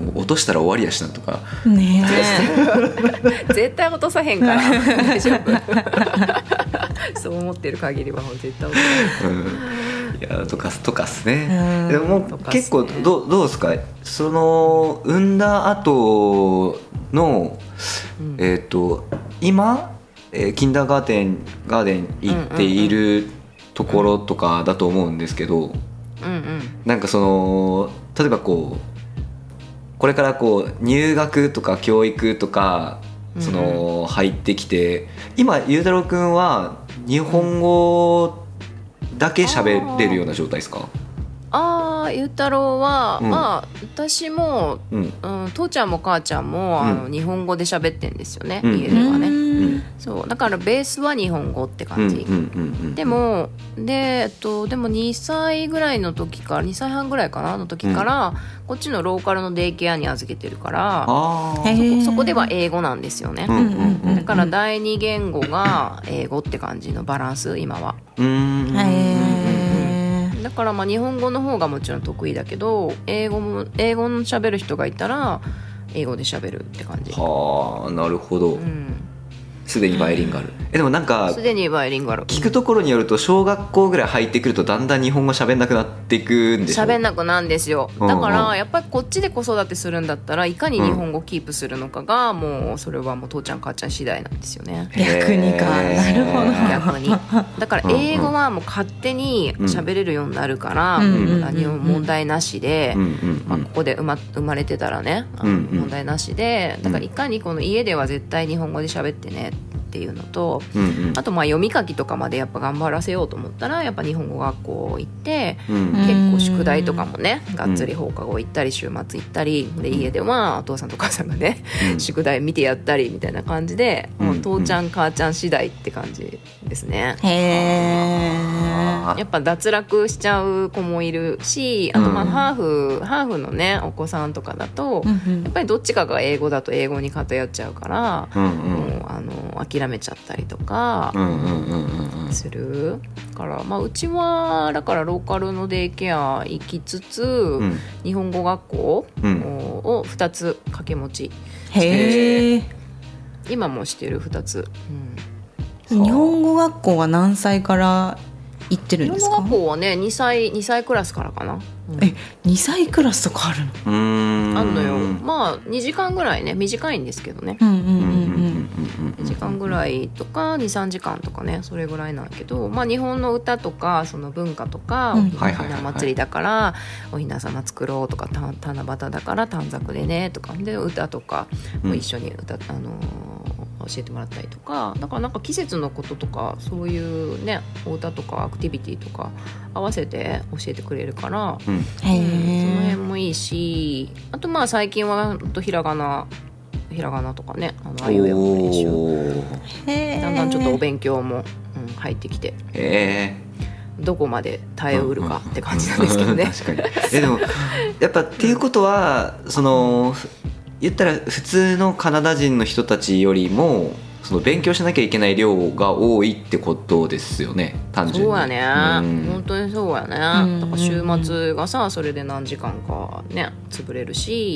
A: 落としたら終わりやしなとか
B: ね
C: 絶対落とさへんから大丈夫そう思ってる限りは絶対落とさへん、うん
A: いやとかとかっすね。でももう結構どうどうですか、その産んだ後の、うん、えっ、ー、と今、えー、キンダーガーテンガーデン行っているところとかだと思うんですけど、うんうん、なんかその例えばこうこれからこう入学とか教育とかその入ってきて、今ゆうたろうくんは日本語だけ喋れるような状態ですか？
C: ああゆうたろうは、うん、まあ私も、うんうん、父ちゃんも母ちゃんも、うん、あの日本語で喋ってんですよね、うん、家ではね、うん、そうだからベースは日本語って感じ、うんうんうんうん、でもで、えっと、でもにさいぐらいの時からにさいはんぐらいかなの時から、うん、こっちのローカルのデイケアに預けてるからそこ、そこでは英語なんですよね、うんうんうん、だから第二言語が英語って感じのバランス今は。うーんへーだからまあ日本語の方がもちろん得意だけど英語も英語の喋る人がいたら英語で喋るって感じ。
A: はあなるほど、うんすでにバイリンガル、うん、えでもなんか
C: すでにバイリンガル
A: 聞くところによると小学校ぐらい入ってくるとだんだん日本語喋んなくなっていくんでしょ。
C: 喋んなくなるんですよ。だからやっぱりこっちで子育てするんだったらいかに日本語をキープするのかが、うん、もうそれはもう父ちゃん母ちゃん次第なんですよね。
B: 逆にかなるほど
C: 逆にだから英語はもう勝手に喋れるようになるから、うん、何も問題なしで、うんまあ、ここで生 ま, 生まれてたらね、うん、問題なしでだからいかにこの家では絶対日本語で喋ってねっていうのと、うんうん、あとまあ読み書きとかまでやっぱ頑張らせようと思ったらやっぱ日本語学校行って、うん、結構宿題とかもねがっつり放課後行ったり週末行ったりで家ではお父さんとお母さんがね、うん、宿題見てやったりみたいな感じで、うん、もう父ちゃん母ちゃん次第って感じですね。へーやっぱ脱落しちゃう子もいるしあとまあハーフ、うん、ハーフのねお子さんとかだと、うんうん、やっぱりどっちかが英語だと英語に偏っちゃうから、うんうん、もうあの諦めちゃったりとかするから、まあ、うちはだからローカルのデイケア行きつつ、うん、日本語学校をふたつ掛け持ちしてへ今もしてるふたつ、
B: うん、日本語学校は何歳から行ってるんですか？
C: 日本語学校はねにさい、にさいクラスからかな、
B: うん、えにさいクラスとかあるの？
A: うーん
C: あんのよ。まあにじかんぐらいね短いんですけどね、うんうんうんうんにじかんぐらいとか にさんじかんとかねそれぐらいなんだけど、まあ、日本の歌とかその文化とか、うん、おひな祭りだからおひなさま作ろうとか七夕だから短冊でねとかで歌とかも一緒に歌、うん、あの教えてもらったりとかだからなんか季節のこととかそういうねお歌とかアクティビティとか合わせて教えてくれるから、うんうん、その辺もいいしあとまあ最近はひらがなひらがなとかねあのあいうえおの練習だんだんちょっとお勉強も、うん、入ってきてへどこまで耐えうるかって感じなんですけどね、うんうん、確かに
A: えでもやっぱっていうことはその言ったら普通のカナダ人の人たちよりもその勉強しなきゃいけない量が多いってことですよね単純に。
C: そうやね、うん、本当にそうやね、うん、だから週末がさそれで何時間かね潰れるし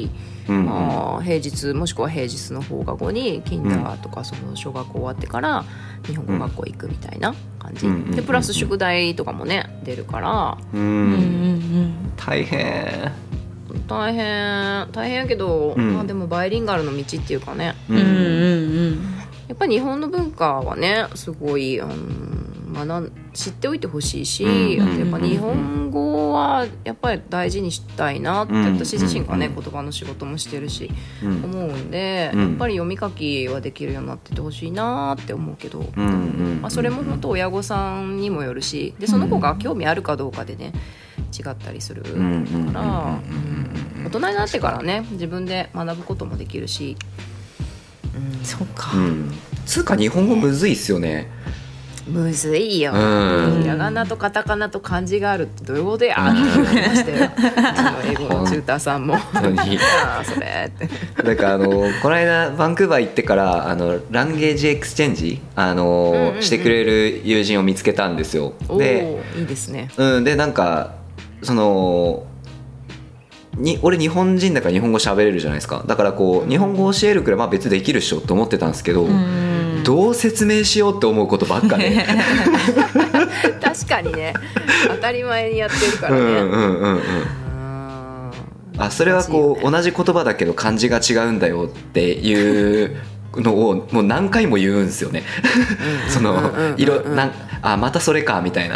A: うんうん、
C: まあ、平日もしくは平日の放課後にキンダーとかその小学校終わってから日本語学校行くみたいな感じ、うん、でプラス宿題とかもね出るから、
A: うんうんうん、大変
C: 大変大変やけど、うん、まあ、でもバイリンガルの道っていうかね、
B: うんうんうん、
C: やっぱり日本の文化はねすごい、あの学ん知っておいてほしいし、うん、あとやっぱ日本語はやっぱり大事にしたいなって、うん、私自身がね、うん、言葉の仕事もしてるし、うん、思うんで、うん、やっぱり読み書きはできるようになっててほしいなって思うけど、うん、まあ、それも本当親御さんにもよるし、でその子が興味あるかどうかでね違ったりするから、うん、大人になってからね自分で学ぶこともできるし、
B: うん、そうか、
A: うん、つうか日本語むずいっすよね。
C: むずいよ、うん、ひらがなとカタカナと漢字があるってどういうことやって言いましたよ英語のチューターさんもああそれって
A: だからあのこの間バンクーバー行ってからあのランゲージエクスチェンジあの、うんうんうん、してくれる友人を見つけたんですよ。で、
C: いいですね、
A: うん、でなんかそのに俺日本人だから日本語喋れるじゃないですか。だからこう日本語を教えるくらいまあ別できるっしょと思ってたんですけど、うん、どう説明しようって思うことばっかね
C: 確かにね当たり前にやってるからね、うんうんうんうん、
A: あそれはこう、ね、同じ言葉だけど漢字が違うんだよっていうのをもう何回も言うんですよねその色なんあまたそれかみたいな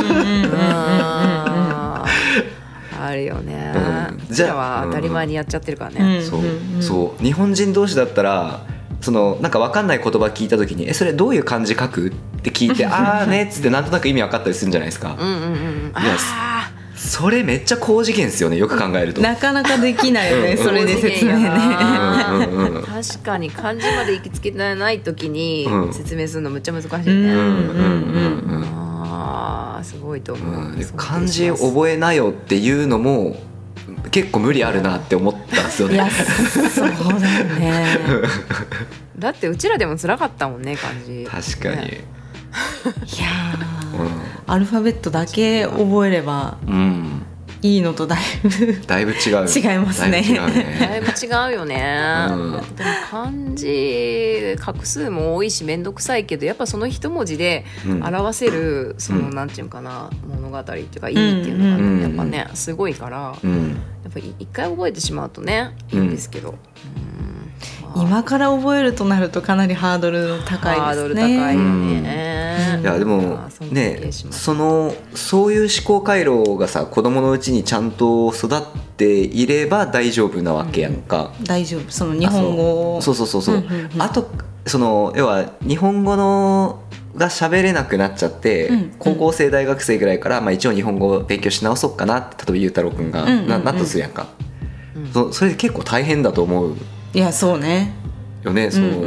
C: あるよね、うん、じゃあは当たり前にやっちゃってるからね、
A: うん、そうそう日本人同士だったらそのなんか分かんない言葉聞いた時にえそれどういう漢字書くって聞いてあーねっつってなんとなく意味分かったりするんじゃないですか。うんうんうん、あそれめっちゃ高次元ですよねよく考えると。
B: なかなかできないよね、うん、それで説明ね
C: うんうん、うん、確かに漢字まで行きつけてない時に説明するのむっちゃ難しいね、うんうんうんうん、あすごいと思う、うん、
A: 漢字覚えなよっていうのも結構無理あるなって思ったんですよね。いや
B: そうだよね
C: だってうちらでも辛かったもんね漢字。
A: 確かに、ね、
B: いや、うん、アルファベットだけ覚えればいいのとだいぶ
A: だいぶ違う
B: 違いますね。
C: だいぶ違うよね、うん、でも漢字画数も多いしめんどくさいけどやっぱその一文字で表せる、うん、そのなんていうかな物語っていうか意味っていうのが、ね、うん、やっぱねすごいから、うん、やっぱ一回覚えてしまうとねいいんですけど、うん
B: 今から覚えるとなるとかなりハードル高いですね。ハードル高いよ
C: ね、
A: うん、いやでもねそのそういう思考回路がさ子供のうちにちゃんと育っていれば大丈夫なわけやんか、
B: うん、大丈夫その日本語
A: をそうそうそうそう、うんうんうん、あとその要は日本語のが喋れなくなっちゃって、うんうん、高校生大学生ぐらいから、まあ、一応日本語を勉強し直そうかなって例えばゆうたろうくんが な,、うんうんうん、なったとするやんか、うん、そ, それ結構大変だと思う。
B: いやそうね
A: よね、そう、うんうんうん、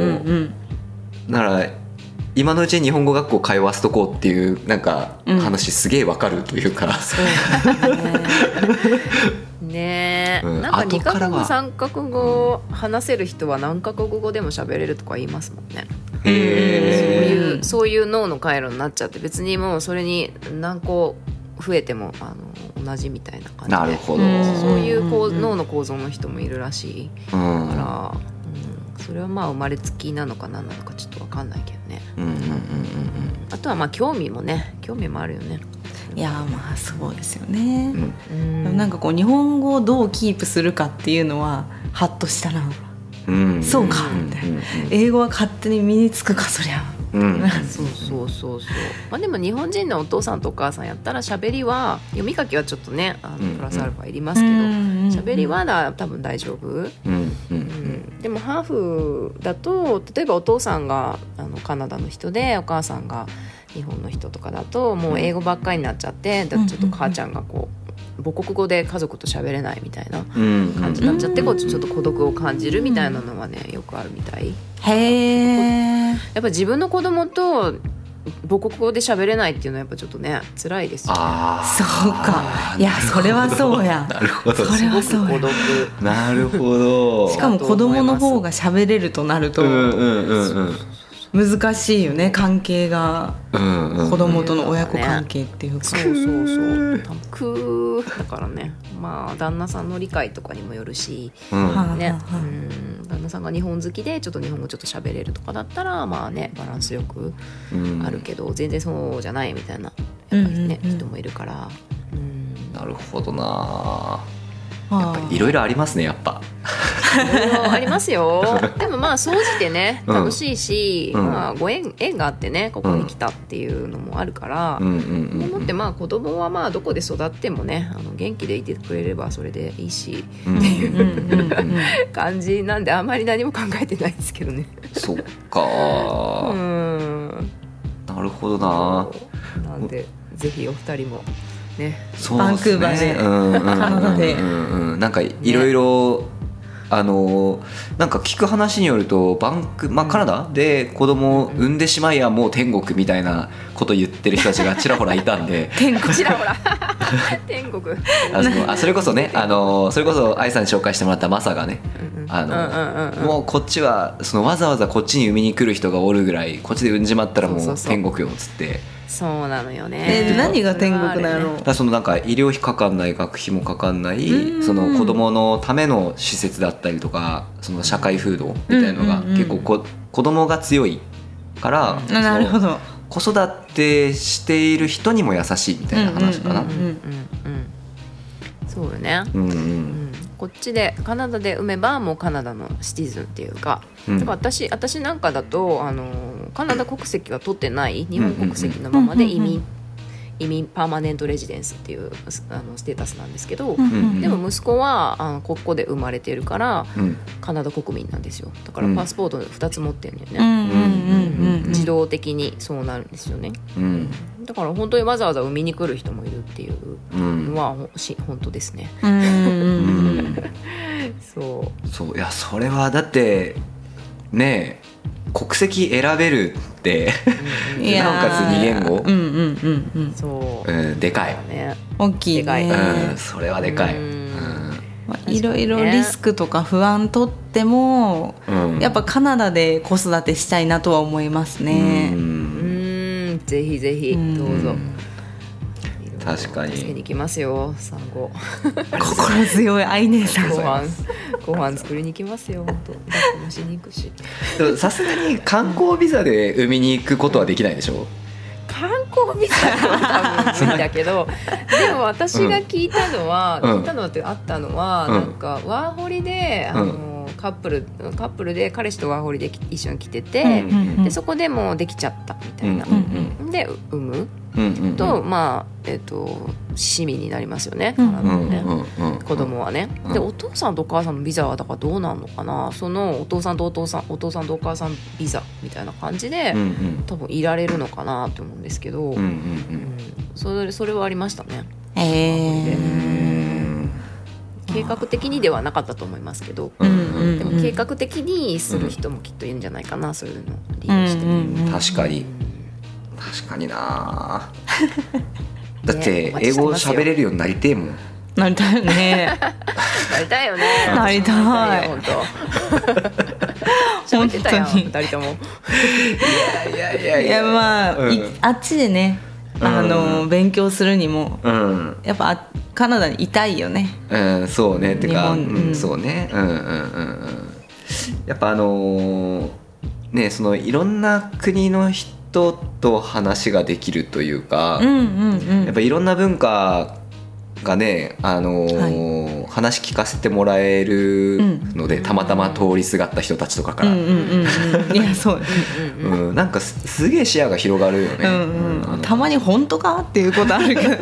A: なら今のうちに日本語学校通わせとこうっていうなんか話すげえわかるというか、うん、そう
C: ねねえ、うん、なんかにカ国語さんカ国語話せる人は何カ国語でも喋れるとか言いますもんね。へそういうそういう脳の回路になっちゃって別にもうそれに何個増えてもあの同じみたいな感じで。
A: なるほど。
C: そういうこう脳の構造の人もいるらしいから、うんうん、それはまあ生まれつきなのか何なのかちょっと分かんないけどね、うんうんうんうん、あとはまあ興味もね興味もあるよね。
B: いやまあそうですよね、うん、でもなんかこう日本語をどうキープするかっていうのはハッとしたな、うん、そうかみたいな、うんうん、英語は勝手に身につくかそりゃ、うん、
C: そうそうそうそう、まあ、でも日本人のお父さんとお母さんやったら喋りは読み書きはちょっとねあのプラスアルファいりますけど喋、うん、りはだ多分大丈夫、うんうんうん、でもハーフだと例えばお父さんがあのカナダの人でお母さんが日本の人とかだともう英語ばっかりになっちゃってだちょっと母ちゃんがこう母国語で家族と喋れないみたいな感じになっちゃってこうちょっと孤独を感じるみたいなのはねよくあるみたい。
B: へー。
C: やっぱ自分の子供と母国語で喋れないっていうのはやっぱちょっとね辛いですよね。
B: あそうかいやそれはそうや
A: なるほど
B: それはそうや
A: なるほど。
B: しかも子供の方が喋れるとなるとうんうんうんうん難しいよね関係が、うんうん、子供との親子関係っていうか、
C: そうそうそうクー国だからね、まあ旦那さんの理解とかにもよるし、
B: うん
C: ね、うん、旦那さんが日本好きでちょっと日本語ちょっと喋れるとかだったらまあねバランスよくあるけど、うん、全然そうじゃないみたいなやっぱりね、うんうんうん、人もいるから、うん、
A: なるほどな。やっぱりいろいろありますね、やっぱ
C: いろいろありますよ。でもまあ総じてね楽しいし、うん、まあ、ご縁、縁があってねここに来たっていうのもあるから、うんうんうんうん、もってまあ子供はまあどこで育ってもねあの元気でいてくれればそれでいいし、うん、っていう感じなんであんまり何も考えてないですけどね。
A: そっか、うん、なるほどな。
C: なんでぜひお二人もね、
B: そうバンクーバーで、うんうん、カナダで、
A: うんうん、なんかいろいろあのなんか聞く話によるとバンク、まあ、カナダで子供を産んでしまいやもう天国みたいなこと言ってる人たちがちらほらいたんで
C: 天国ちらほら天国
A: あそあそれこそねあのそれこそ愛さんに紹介してもらったマサがね、あのもうこっちはそのわざわざこっちに産みに来る人がおるぐらいこっちで産んじまったらもう天国よっつって。
C: そうなのよね。
B: え何が天国なの？
A: だそのなんか医療費かかんない学費もかかんないその子供のための施設だったりとかその社会風土みたいなのが結構こ子供が強いから、
B: うん、なるほど。
A: 子育てしている人にも優しいみたいな話かな。
C: そうよね、うんうん、こっちでカナダで産めばもうカナダのシティズンっていうか、うん、だから私、私なんかだとあのカナダ国籍が取ってない日本国籍のままで移民、移民パーマネントレジデンスっていうあのステータスなんですけど、うん、でも息子はあのここで生まれてるから、うん、カナダ国民なんですよ。だからパスポートふたつ持ってるんだよね。自動的にそうなるんですよね、うん、だから本当にわざわざ産みに来る人もいるっていうのは、うん、し本当ですね。うん、そう
A: そういやそれはだってねえ国籍選べるってなおかつに言語、うんうんうんうん、そう、うん、でかい、
B: ね、大きいね、
A: うん、それはでかい、うん
B: まあ、いろいろリスクとか不安とっても、うん、やっぱカナダで子育てしたいなとは思いますね。うん、
C: うんぜひぜひどうぞ、うん、
A: 確かに
C: 助けに行きますよ産後
B: 心強い愛姉さん
C: ご飯ご飯作りに行きますよ。本当抱っこもしに行くし。
A: さすがに観光ビザで産みに行くことはできないでしょ。
C: 観光ビザは多分無理だけどでも私が聞いたのは、うん、聞いたのってあったのは、うん、なんかワーホリであの、うんカップルカップルで彼氏とワーホリで一緒に来てて、うんうんうん、でそこでもうできちゃったみたいな、うんうんうん、で産む、うんうんうん、とまあえっ、ー、と市民になりますよね、うんうんねうんうん、子供はね、うん、でお父さんとお母さんのビザはだからどうなんのかな。そのお父さんとお父さんお父さんとお母さんビザみたいな感じで、うんうん、多分いられるのかなと思うんですけど、うんうんうんうん、それそれはありましたね。へー計画的にではなかったと思いますけど、うんうんうん、でも計画的にする人もきっといるんじゃないかな、うん、そういうのを利用して、うんうんうん、
A: 確かに確かになだって英語喋れるようになりてえもん。
B: なりたいよね
C: なりたいよね
B: なりたい
C: 本当喋ってたよふたりとも
A: いやいやいやいや
B: まあ、うん、あっちでねあの、うん、勉強するにも、うん、やっぱカナダにいたいよね、
A: うん、そうねてか、うん、そうね、うんうんうんうん、やっぱあのー、ねそのいろんな国の人と話ができるというか、うんうんうん、やっぱいろんな文化がね、あのーはい、話聞かせてもらえるので、うん、たまたま通りすがった人たちとかから、うんうんうん、いやそう、うん、なんか す, すげえ視野が広がるよね、うん
B: うん、たまに本当かっていうことあるけど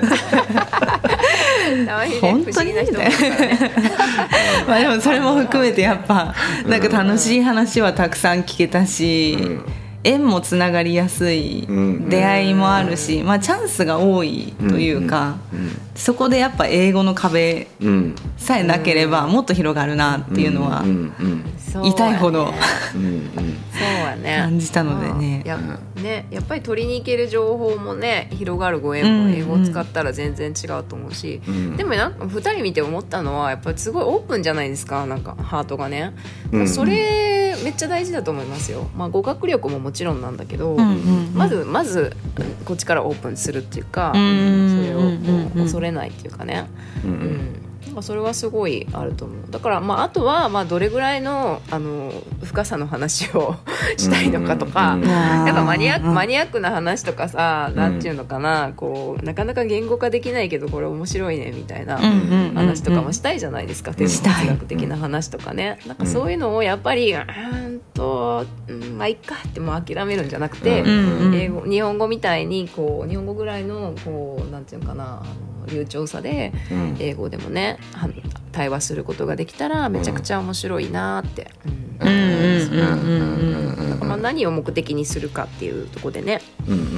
B: 本当にないねまあでもそれも含めてやっぱなんか楽しい話はたくさん聞けたし、うん縁もつながりやすい、出会いもあるし、まあ、チャンスが多いというか、うんうんうん、そこでやっぱ英語の壁さえなければもっと広がるなっていうのは痛いほど
C: そうやね
B: 感じたのでね。
C: や, ねやっぱり取りに行ける情報もね広がるご縁も英語を使ったら全然違うと思うし、うんうん、でもなんかふたり見て思ったのはやっぱりすごいオープンじゃないですか、なんかハートがね、うんうん、それめっちゃ大事だと思いますよ。まあ、語学力ももちろんなんだけど、うんうんうん、まずまずこっちからオープンするっていうか、うん、それをこう恐れないっていうかね、うんうんうん、それはすごいあると思う。だから、まあ、あとはまあどれぐらい の, あの深さの話をしたいのかとか、うんうん、やっぱマニアック、マニアックな話とかさ、なんていうのかな、こうなかなか言語化できないけどこれ面白いねみたいな話とかもしたいじゃないですか、うんうんうん、哲学的な話とかね、なんかそういうのをやっぱりうーんと、うん、まあいっかってもう諦めるんじゃなくて、うんうん、英語日本語みたいにこう日本語ぐらいのこうなんていうのかな、あの流暢さで英語でもね、うん、対話することができたらめちゃくちゃ面白いなって思います。何を目的にするかっていうところでね、うんうんうんうん、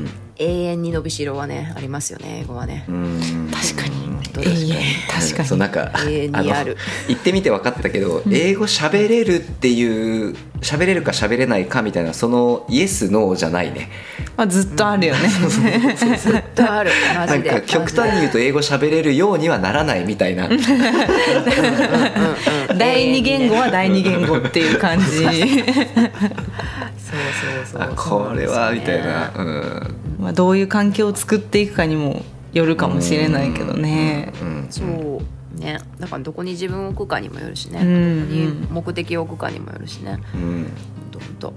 C: 永遠に伸びしろはねありますよね、英語はね。
B: うん確かに永遠確かに
A: そうなんか
C: 永遠にある
A: 言ってみて分かったけど、うん、英語喋れるっていう喋れるか喋れないかみたいなそのイエスノーじゃないね、
B: まあ、ずっとあるよね、
C: うん、ずっとあるマジで。
A: なんか極端に言うと英語喋れるようにはならないみたいな
B: 第二言語は第二言語っていう感じそうそう
C: そうそう
A: これはみたいな、うん
B: まあ、どういう環境を作っていくかにもよるかもしれないけどね、
C: うんうんうん、そうね、だからどこに自分を置くかにもよるしね、うんうん、どこに目的を置くかにもよるしね、うん、ほんとほんと、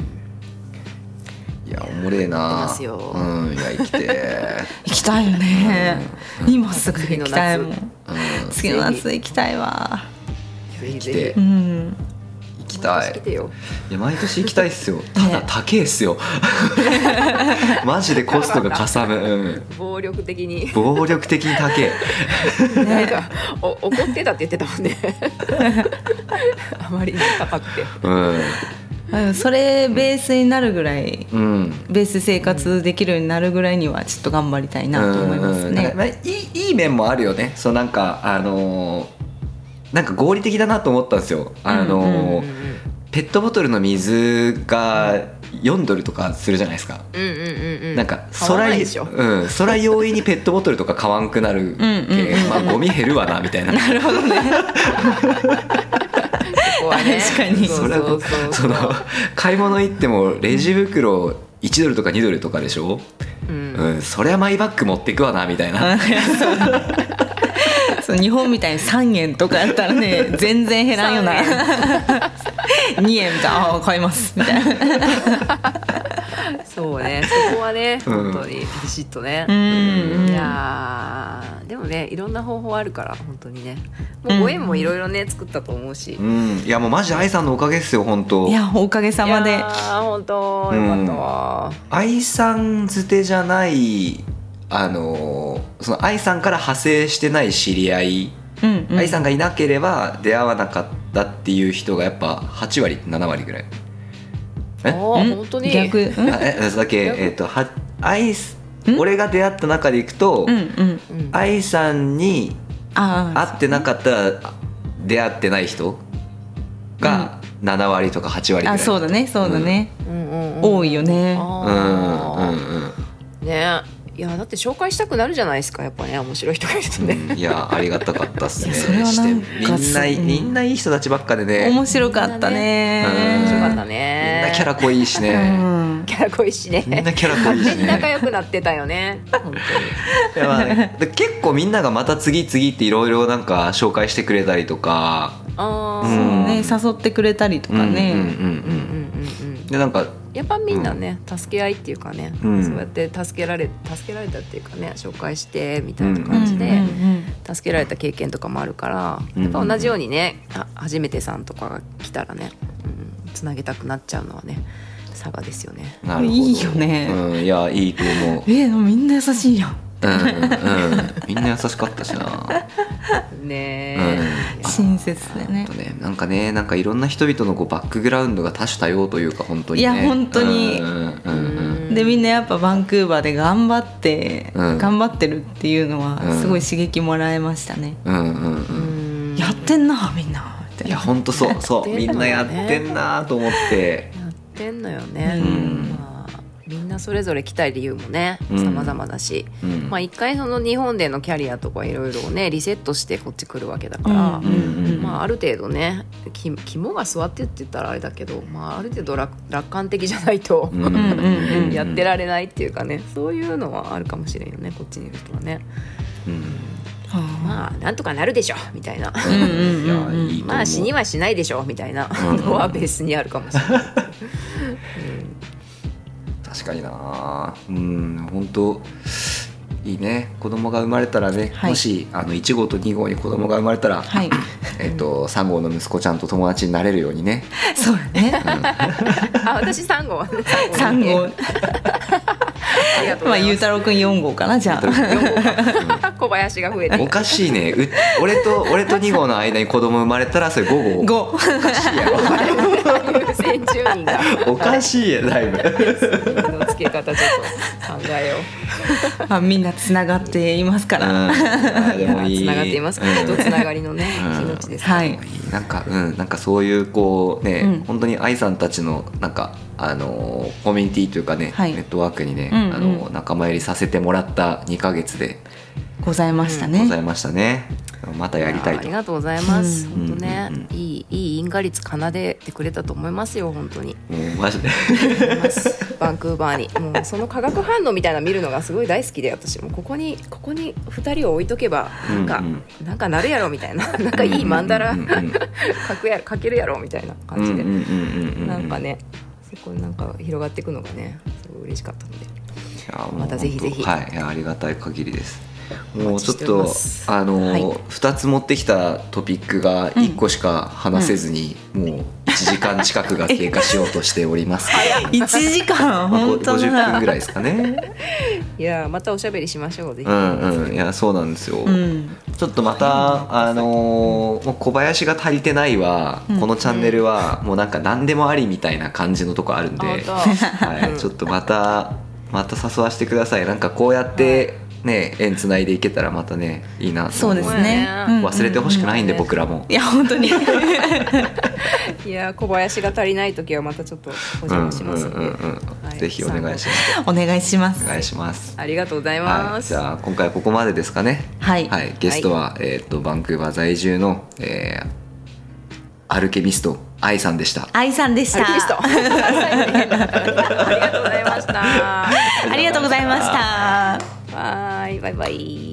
A: うん、いやおもれえな、
C: ますよ、
A: うん、いや生きて
B: 行きたいよね、うん、今すぐ行きたいもん、うん、次の夏行きたいわ、
C: ぜひぜひ、
A: うん行きたい。いや毎年行きたいっすよ。ただ高いっすよ。マジでコストがかさむ。うん、
C: 暴力的に。
A: 暴力的に高い。
C: なんかお怒ってたって言ってたもんね。あまりに高くて。
B: うん。それベースになるぐらい、うん、ベース生活できるようになるぐらいにはちょっと頑張りたいなと思いますね。
A: うんうんまあ、いい、いい面もあるよね。そうなんかあのー。なんか合理的だなと思ったんですよ。あの、うんうんうんうん、ペットボトルの水がよんドルとかするじゃないですか、うんうんうんうん、なんかそら、うん、そら容易にペットボトルとか買わんくなるけ、うんうんうん、まあゴミ減るわなみたいな
B: なるほどねそこはね確かに
A: それはその買い物行ってもレジ袋いちドルとかにドルとかでしょ、うんうん、そりゃマイバッグ持ってくわなみたいな
B: そう日本みたいにさんえんとかやったらね全然減らんよなにえんみたいなあ買いますみたいな
C: そうねそこはね本当にビシッとね、うん、いやでもねいろんな方法あるから本当にねもうご縁もいろいろね作ったと思うし、
A: うん、いやもうマジ愛さんのおかげですよ本当。
B: いやおかげさまでいや
C: 本当よかったわ、
A: うん、愛さんづてじゃないあのその愛さんから派生してない知り合い、うんうん、愛さんがいなければ出会わなかったっていう人がやっぱはちわりななわりぐらい。
C: え本当に
B: 逆
A: えだけ、えー、とは愛俺が出会った中でいくと、うんうん、愛さんに会ってなかったら出会ってない人がななわりとかはちわりぐらい。
B: あそうだねそうだね、うんうんうん、多いよね。うんうん
C: うんねいやだって紹介したくなるじゃないですかやっぱね面白い人がいるとね、
A: うん、いやありがたかったっすね
B: それはなんか
A: みんなみんないい人たちばっかでね
B: 面白かったね
C: 面白かったね
A: みんなキャラ濃いしね、うん、
C: キャラ濃いしね
A: みんなキャラ濃いしね
C: 仲良くなってたよね本当にい
A: や、まあね、で結構みんながまた次々っていろいろなんか紹介してくれたりとか
B: あ、うん、そうね誘ってくれたりとかね
A: でなんか
C: やっぱみんなね、うん、助け合いっていうかね、うん、そうやって助けられ助けられたっていうかね紹介してみたいな感じで、うん、助けられた経験とかもあるから、うん、やっぱ同じようにねあ初めてさんとかが来たらね、うん、つなげたくなっちゃうのはね差がですよね。
B: なるほどいいよね、
A: うん、いやいいと思う。
B: えー、みんな優しいやん
A: うんうん、みんな優しかったしな
C: ねえ、
B: うん、親切で ね,
A: ねなんかねなんかいろんな人々のこうバックグラウンドが多種多様というか本当にね
B: いや本当に、うんうんうん、でみんなやっぱバンクーバーで頑張って、うん、頑張ってるっていうのはすごい刺激もらえましたね、うんうんうんうん、やってんなみんなって。
A: いや本当そうそうみんなやってんなと思って
C: やってんのよね、うんまあ、みんなそれぞれ来たい理由もね様々だし、うんまあ、一回その日本でのキャリアとかいろいろねリセットしてこっち来るわけだから、うんうんうんまあ、ある程度ねき肝が据わってって言ったらあれだけど、まあ、ある程度 楽, 楽観的じゃないと、うん、やってられないっていうかねそういうのはあるかもしれんよねこっちにいる人はね、うんまあなんとかなるでしょみたいなまあ死にはしないでしょみたいなのはベースにあるかもしれない、うん、
A: 確かになうん本当いいね子供が生まれたらね、はい、もしあのいち号とに号に子供が生まれたら、はいえー、とさん号の息子ちゃんと友達になれるようにね
B: そうだね、うん、
C: あ私さん号
B: さん号まあゆうたろうくんよん号かなじゃあ
C: 小林が増えて
A: おかしいねう俺と俺とに号の間に子供生まれたらそれご号
B: ご
A: おかしいやろ
C: 優先順位が
A: おかしいやだいぶ
C: の付け方ちょっと考えよ
B: う、まあ、みんなつながっていますから、
C: うん、でもいいつながっていますから、うん、つながりのね命です、
B: はい、
A: なんか、うん、なんかそういうこうね、うん、本当に愛さんたちのなんかあのコミュニティというかね、はい、ネットワークにね、うんうん、あの仲間入りさせてもらったにかげつで
B: ございましたね、
A: うん、ございましたねまたやりたいと
C: ありがとうございます、うん、本当ね、うんうんうん、いい、いい因果率奏でてくれたと思いますよ本当に
A: もうマジで
C: バンクーバーにもうその化学反応みたいなの見るのがすごい大好きで私もここにここにふたりを置いとけばなんか、うんうん、なんかなるやろみたいななんかいいマンダラ書くや書けるやろみたいな感じでなんかねそこになんか広がっていくのがねすごい嬉しかったのでいやまたぜひぜひ
A: はいいやありがたい限りですもうちょっとあの、はい、ふたつ持ってきたトピックがいっこしか話せずに、うん、もういちじかん近くが経過しようとしております
B: いちじかん本当だ
A: ごじゅっぷんぐらいですかね
C: いやまたおしゃべりしましょうぜひ、
A: うんうん、いやそうなんですよ、うん、ちょっとまたあのー、もう小林が足りてないは、うん、このチャンネルはもうなんか何でもありみたいな感じのとこあるんで、はい、ちょっとまたまた誘わせてくださいなんかこうやって、はいね、縁つないでいけたらまたねいいなと
B: そうですね
A: 忘れてほしくないんで、うんうん、僕らも
B: いや本当に
C: いや小林が足りない時はまたちょっとお邪魔しますので、うんうんうん
A: はい、ぜひお願いします
B: お願いします
A: お願いします
C: ありがとうございます、
A: はい、じゃあ今回はここまでですかね
B: はい、
A: はい、ゲストは、はいえー、とバンクーバー在住の、えー、アルケミスト愛さんでした
B: 愛さんでした
C: アルケミストありがとうございました
B: ありがとうございました
C: バイバイバイ